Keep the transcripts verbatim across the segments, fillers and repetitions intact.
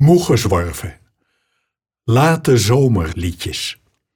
Moe gezworven. Late zomerliedjes.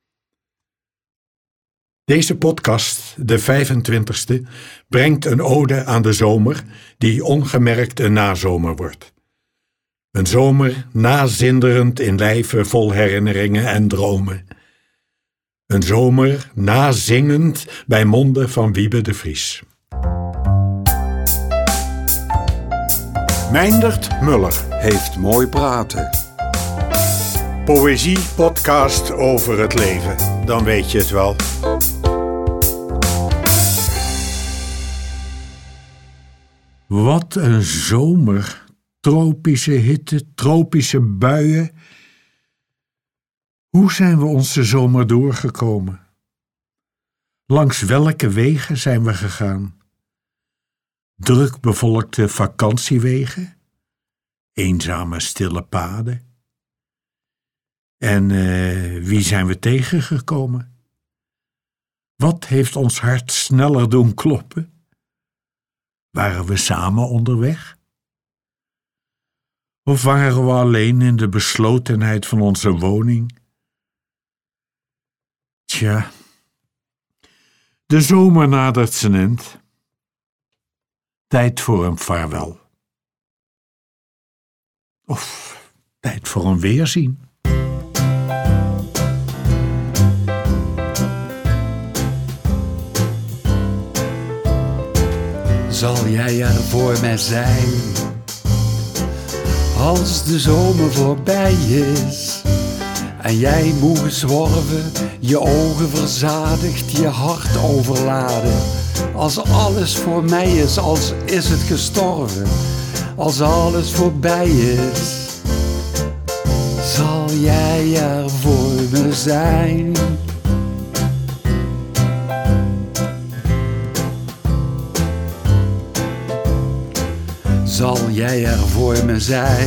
Deze podcast, de vijfentwintigste, brengt een ode aan de zomer die ongemerkt een nazomer wordt. Een zomer nazinderend in lijven vol herinneringen en dromen. Een zomer nazingend bij monden van Wiebe de Vries. Meindert Muller heeft mooi praten. Poëzie-podcast over het leven, dan weet je het wel. Wat een zomer. Tropische hitte, tropische buien. Hoe zijn we onze zomer doorgekomen? Langs welke wegen zijn we gegaan? Druk bevolkte vakantiewegen? Eenzame stille paden? En uh, wie zijn we tegengekomen? Wat heeft ons hart sneller doen kloppen? Waren we samen onderweg? Of waren we alleen in de beslotenheid van onze woning? Tja, de zomer nadert zijn eind. Tijd voor een vaarwel. Of tijd voor een weerzien. Zal jij er voor mij zijn, als de zomer voorbij is en jij moe gezworven, je ogen verzadigd, je hart overladen. Als alles voor mij is, als is het gestorven, als alles voorbij is, zal jij er voor me zijn. Zal jij er voor me zijn?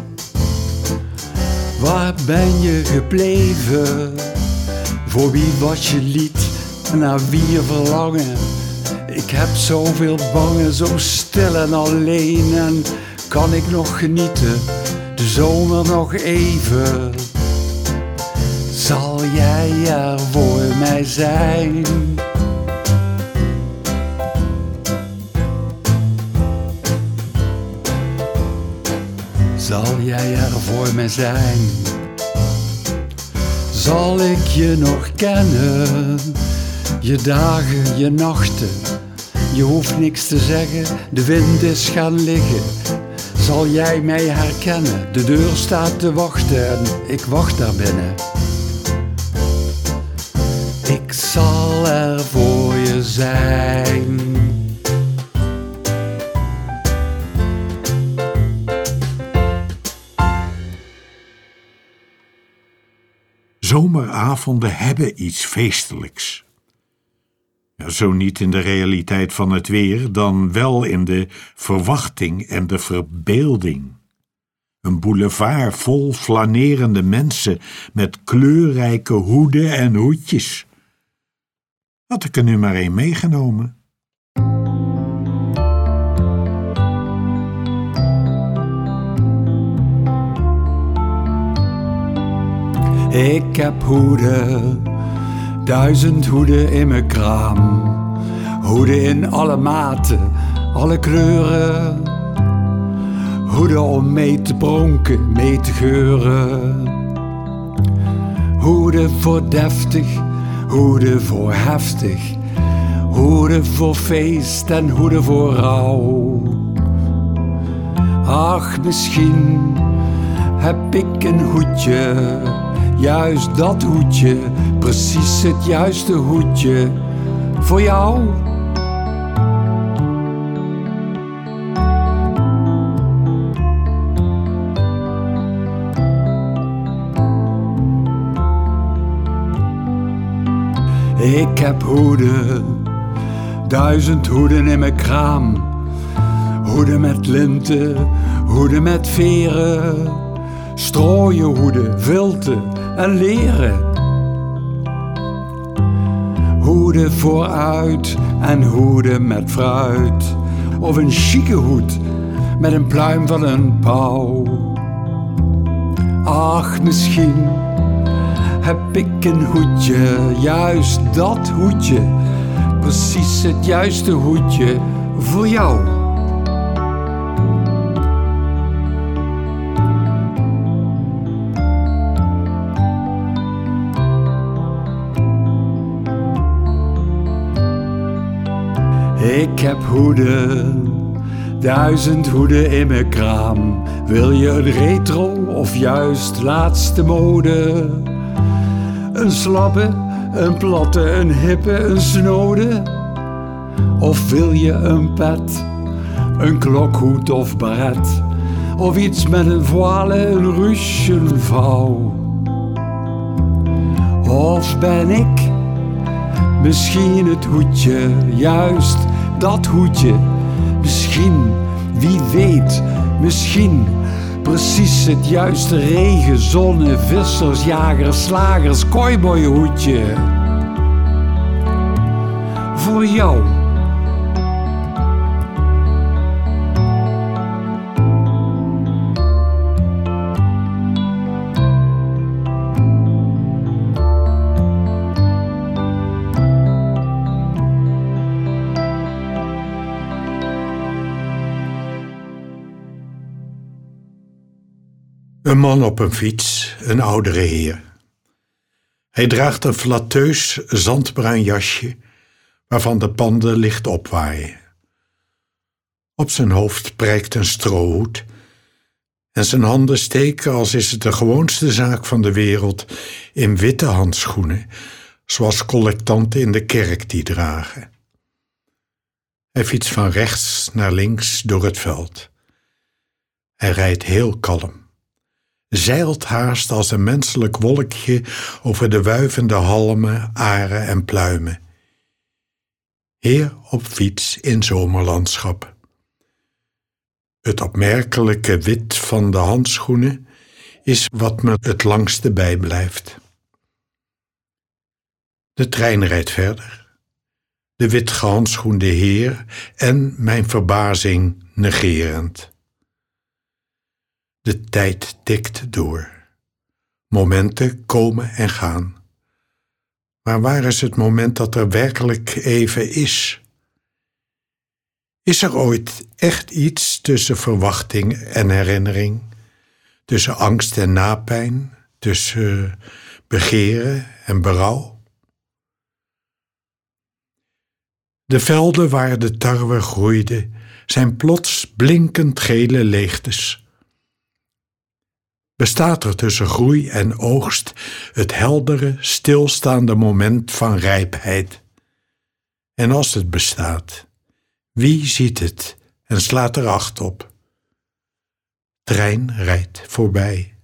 Waar ben je gebleven? Voor wie was je lied? Naar wie je verlangen? Ik heb zoveel bangen, zo stil en alleen. En kan ik nog genieten, de zomer nog even? Zal jij er voor mij zijn? Zal jij er voor mij zijn? Zal ik je nog kennen? Je dagen, je nachten, je hoeft niks te zeggen, de wind is gaan liggen. Zal jij mij herkennen? De deur staat te wachten en ik wacht daar binnen. Ik zal er voor je zijn. Zomeravonden hebben iets feestelijks. Ja, zo niet in de realiteit van het weer, dan wel in de verwachting en de verbeelding. Een boulevard vol flanerende mensen met kleurrijke hoeden en hoedjes. Had ik er nu maar één meegenomen. Ik heb hoeden, duizend hoeden in mijn kraam. Hoeden in alle maten, alle kleuren. Hoeden om mee te pronken, mee te geuren. Hoeden voor deftig, hoeden voor heftig. Hoeden voor feest en hoeden voor rouw. Ach, misschien heb ik een hoedje, juist dat hoedje, precies het juiste hoedje voor jou. Ik heb hoeden, duizend hoeden in mijn kraam. Hoeden met linten, hoeden met veren. Strooien hoeden, vilten en leren. Hoeden vooruit en hoeden met fruit. Of een chique hoed met een pluim van een pauw. Ach, misschien heb ik een hoedje, juist dat hoedje, precies het juiste hoedje voor jou. Ik heb hoeden, duizend hoeden in mijn kraam. Wil je een retro of juist laatste mode? Een slappe, een platte, een hippe, een snode? Of wil je een pet, een klokhoed of baret? Of iets met een voile, een ruche, een vouw? Of ben ik misschien het hoedje, juist dat hoedje? Misschien, wie weet, misschien precies het juiste regen, zonne, vissers, jagers, slagers, cowboyhoedje voor jou. Een man op een fiets, een oudere heer. Hij draagt een flatteus zandbruin jasje, waarvan de panden licht opwaaien. Op zijn hoofd prijkt een strohoed en zijn handen steken, als is het de gewoonste zaak van de wereld, in witte handschoenen, zoals collectanten in de kerk die dragen. Hij fietst van rechts naar links door het veld. Hij rijdt heel kalm, zeilt haast als een menselijk wolkje over de wuivende halmen, aren en pluimen. Heer op fiets in zomerlandschap. Het opmerkelijke wit van de handschoenen is wat me het langste bijblijft. De trein rijdt verder. De wit gehandschoende heer en mijn verbazing negerend. De tijd tikt door. Momenten komen en gaan. Maar waar is het moment dat er werkelijk even is? Is er ooit echt iets tussen verwachting en herinnering? Tussen angst en napijn? Tussen begeren en berouw? De velden waar de tarwe groeide zijn plots blinkend gele leegtes. Bestaat er tussen groei en oogst het heldere, stilstaande moment van rijpheid? En als het bestaat, wie ziet het en slaat er acht op? Trein rijdt voorbij.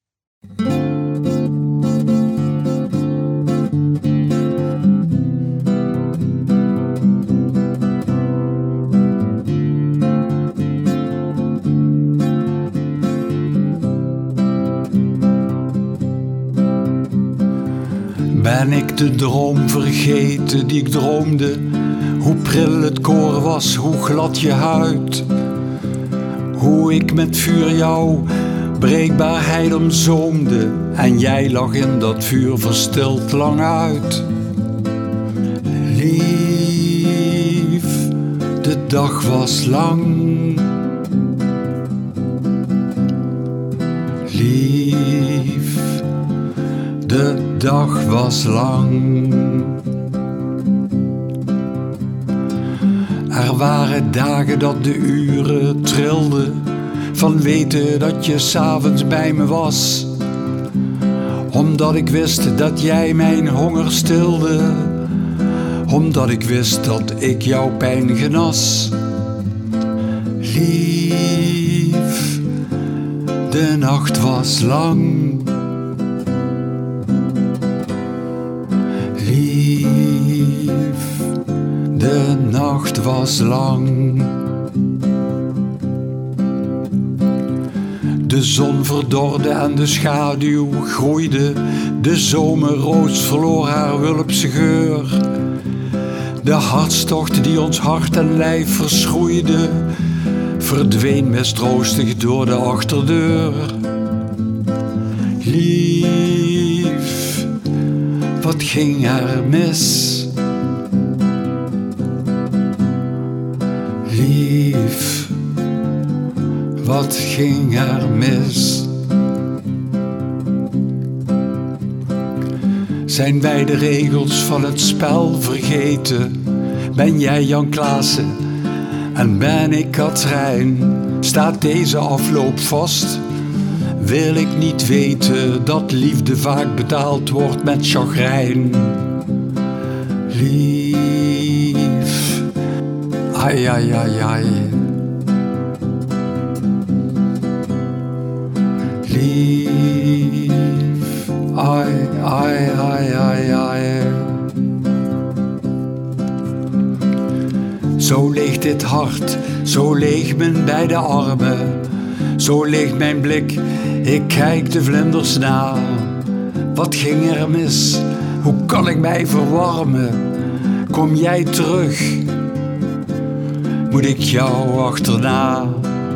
Ben ik de droom vergeten die ik droomde? Hoe pril het koor was, hoe glad je huid. Hoe ik met vuur jouw breekbaarheid omzoomde. En jij lag in dat vuur verstild lang uit. Lief, de dag was lang. Lief, de dag was lang. Er waren dagen dat de uren trilden, van weten dat je 's avonds bij me was. Omdat ik wist dat jij mijn honger stilde, omdat ik wist dat ik jouw pijn genas. Lief, de nacht was lang. Lief, de nacht was lang. De zon verdorde en de schaduw groeide. De zomerroos verloor haar wulpse geur. De hartstocht die ons hart en lijf verschroeide, verdween mistroostig door de achterdeur. Lief, wat ging er mis? Lief, wat ging er mis? Zijn wij de regels van het spel vergeten? Ben jij Jan Klaassen en ben ik Katrijn? Staat deze afloop vast? Wil ik niet weten dat liefde vaak betaald wordt met chagrijn? Lief, ai ai ai ai. Lief, ai ai ai ai ai. Zo leeg dit hart, zo leeg mijn beide armen. Zo leeg mijn blik, ik kijk de vlinders na. Wat ging er mis? Hoe kan ik mij verwarmen? Kom jij terug? Moet ik jou achterna?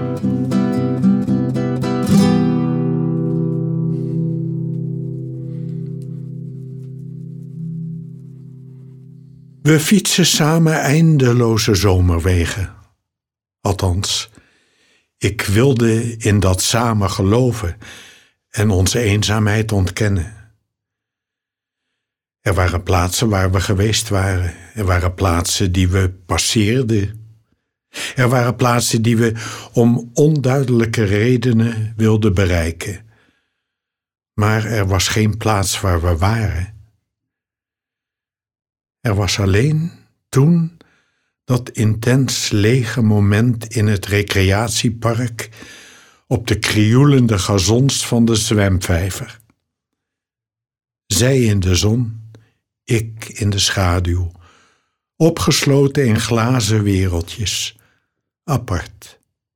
We fietsen samen eindeloze zomerwegen. Althans, ik wilde in dat samen geloven en onze eenzaamheid ontkennen. Er waren plaatsen waar we geweest waren. Er waren plaatsen die we passeerden. Er waren plaatsen die we om onduidelijke redenen wilden bereiken. Maar er was geen plaats waar we waren. Er was alleen toen dat intens lege moment in het recreatiepark op de krioelende gazons van de zwemvijver. Zij in de zon, ik in de schaduw, opgesloten in glazen wereldjes, apart.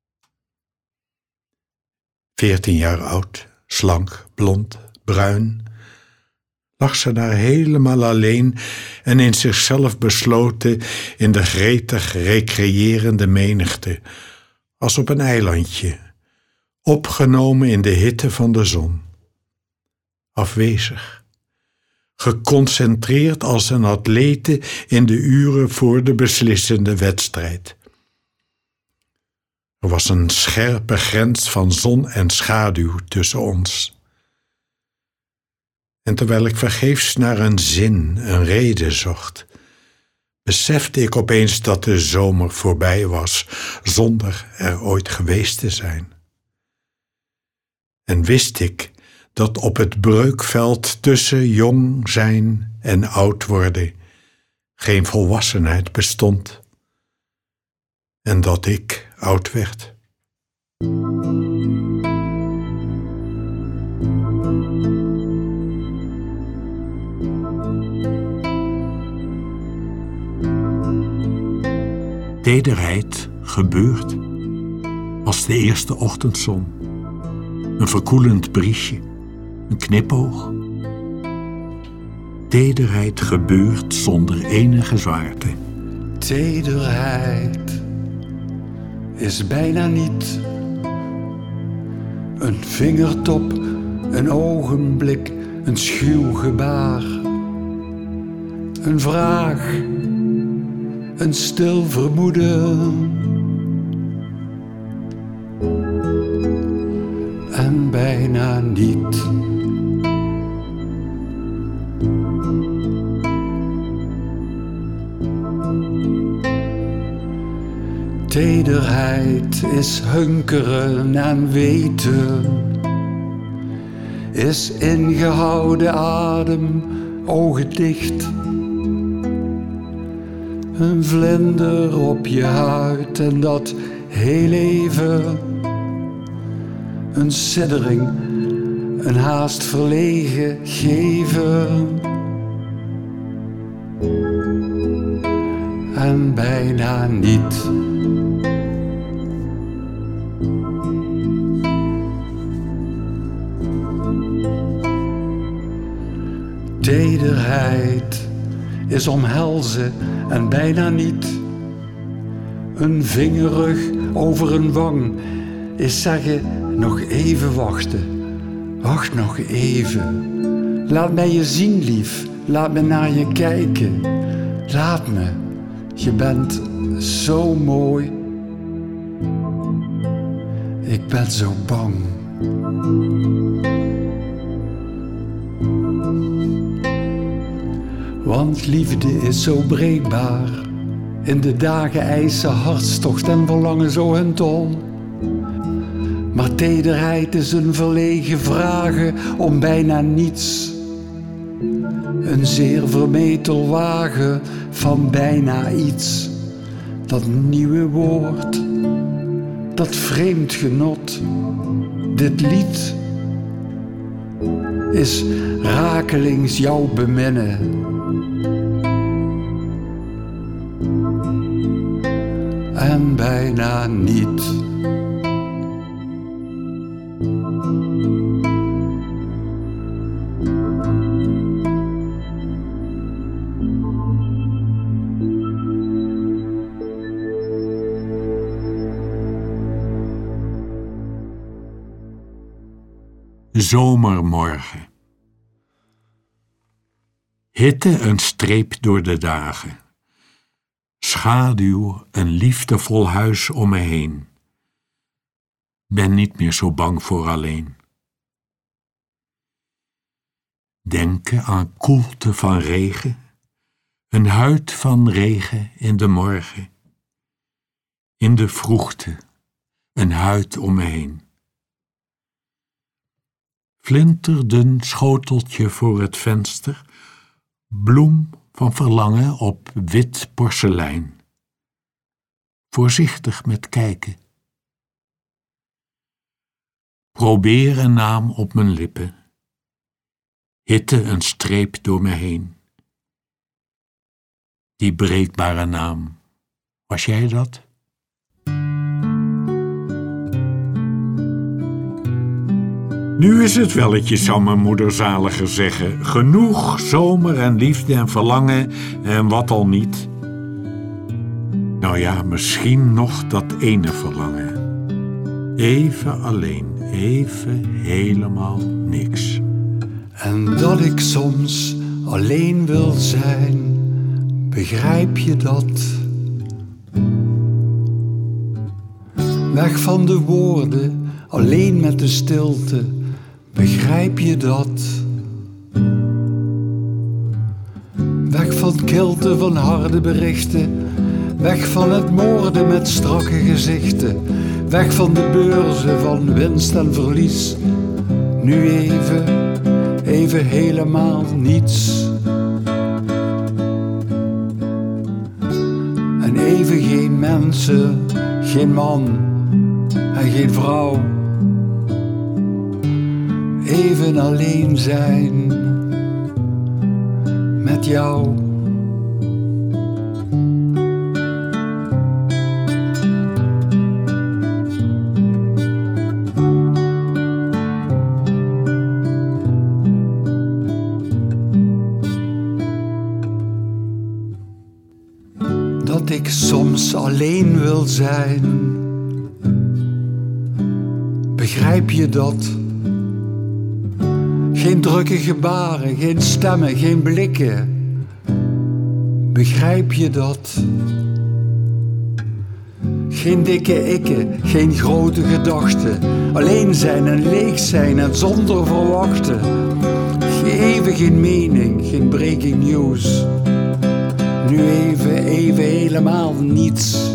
Veertien jaar oud, slank, blond, bruin, lag ze daar helemaal alleen en in zichzelf besloten in de gretig recreërende menigte, als op een eilandje, opgenomen in de hitte van de zon. Afwezig, geconcentreerd als een atlete in de uren voor de beslissende wedstrijd. Er was een scherpe grens van zon en schaduw tussen ons. En terwijl ik vergeefs naar een zin, een reden zocht, besefte ik opeens dat de zomer voorbij was, zonder er ooit geweest te zijn. En wist ik dat op het breukveld tussen jong zijn en oud worden geen volwassenheid bestond, en dat ik oud werd. Tederheid gebeurt als de eerste ochtendzon, een verkoelend briesje, een knipoog. Tederheid gebeurt zonder enige zwaarte. Tederheid is bijna niet een vingertop, een ogenblik, een schuw gebaar, een vraag, een stil vermoeden en bijna niet. Tederheid is hunkeren en weten, is ingehouden adem, ogen dicht. Een vlinder op je huid en dat heel even. Een siddering, een haast verlegen geven. En bijna niet. Tederheid is omhelzen en bijna niet. Een vingerrug over een wang is zeggen nog even wachten, Wacht nog even. Laat mij je zien, lief. Laat me naar je kijken. Laat me. Je bent zo mooi. Ik ben zo bang. Want liefde is zo breekbaar. In de dagen eisen hartstocht en verlangen zo hun tol. Maar tederheid is een verlegen vragen om bijna niets. Een zeer vermetel wagen van bijna iets. Dat nieuwe woord, dat vreemd genot. Dit lied is rakelings jou beminnen. En bijna niet. Zomermorgen. Hitte een streep door de dagen. Schaduw een liefdevol huis om me heen. Ben niet meer zo bang voor alleen. Denken aan koelte van regen. Een huid van regen in de morgen. In de vroegte een huid om me heen. Flinterdun schoteltje voor het venster, bloem van verlangen op wit porselein. Voorzichtig met kijken. Probeer een naam op mijn lippen. Hitte een streep door me heen. Die breekbare naam, was jij dat? Nu is het welletjes, zou mijn moeder zaliger zeggen. Genoeg zomer en liefde en verlangen en wat al niet. Nou ja, misschien nog dat ene verlangen. Even alleen, even helemaal niks. En dat ik soms alleen wil zijn, begrijp je dat? Weg van de woorden, alleen met de stilte, begrijp je dat? Weg van kilte van harde berichten, weg van het moorden met strakke gezichten, weg van de beurzen van winst en verlies. Nu even, even helemaal niets. En even geen mensen, geen man en geen vrouw. Even alleen zijn met jou. Dat ik soms alleen wil zijn, begrijp je dat? Geen drukke gebaren, geen stemmen, geen blikken. Begrijp je dat? Geen dikke ikken, geen grote gedachten. Alleen zijn en leeg zijn en zonder verwachten. Even geen mening, geen breaking news. Nu even, even helemaal niets.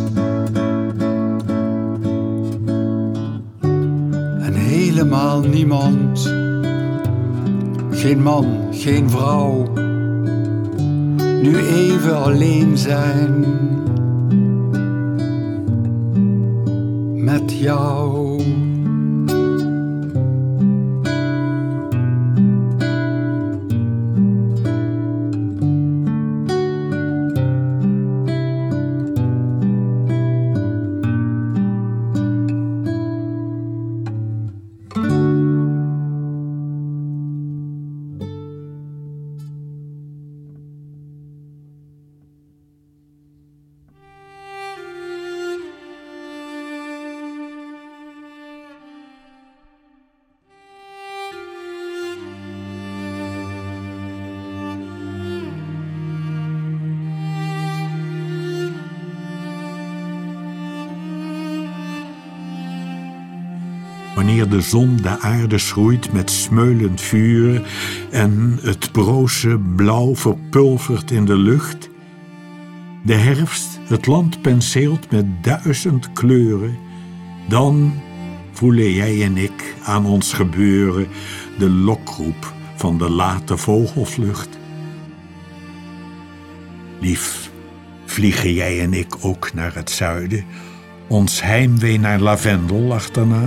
En helemaal niemand. Geen man, geen vrouw. Nu even alleen zijn met jou. wanneer de zon de aarde schroeit met smeulend vuur en het broze blauw verpulvert in de lucht, de herfst het land penseelt met duizend kleuren, dan voelen jij en ik aan ons gebeuren de lokroep van de late vogelvlucht. Lief, vliegen jij en ik ook naar het zuiden, ons heimwee naar lavendel achterna?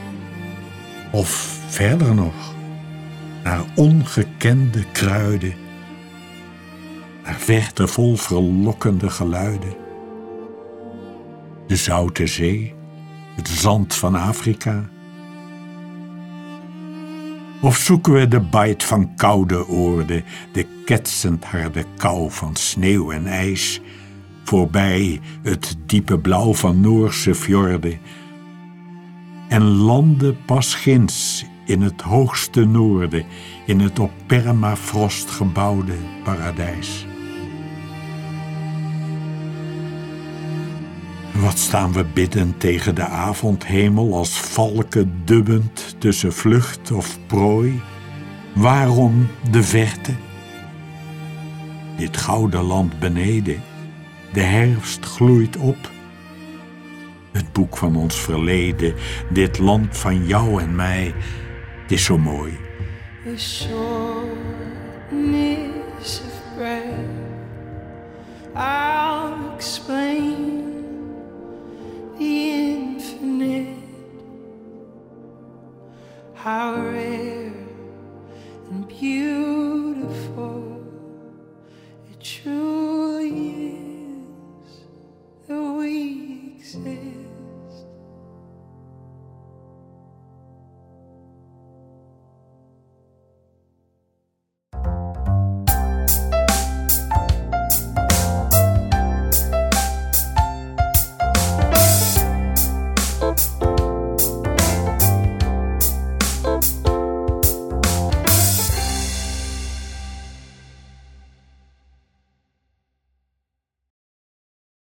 Of verder nog, naar ongekende kruiden, naar verte vol verlokkende geluiden? De Zoute Zee, het zand van Afrika? Of zoeken we de bite van koude oorden, de ketsend harde kou van sneeuw en ijs, voorbij het diepe blauw van Noorse fjorden, en landen pas ginds in het hoogste noorden, in het op permafrost gebouwde paradijs? Wat staan we biddend tegen de avondhemel als valken dubbend tussen vlucht of prooi? Waarom de verte? Dit gouden land beneden, de herfst gloeit op. Het boek van ons verleden, dit land van jou en mij, het is zo mooi. The shortness of breath, I'll explain the infinite, how rare and beautiful it truly is that we exist.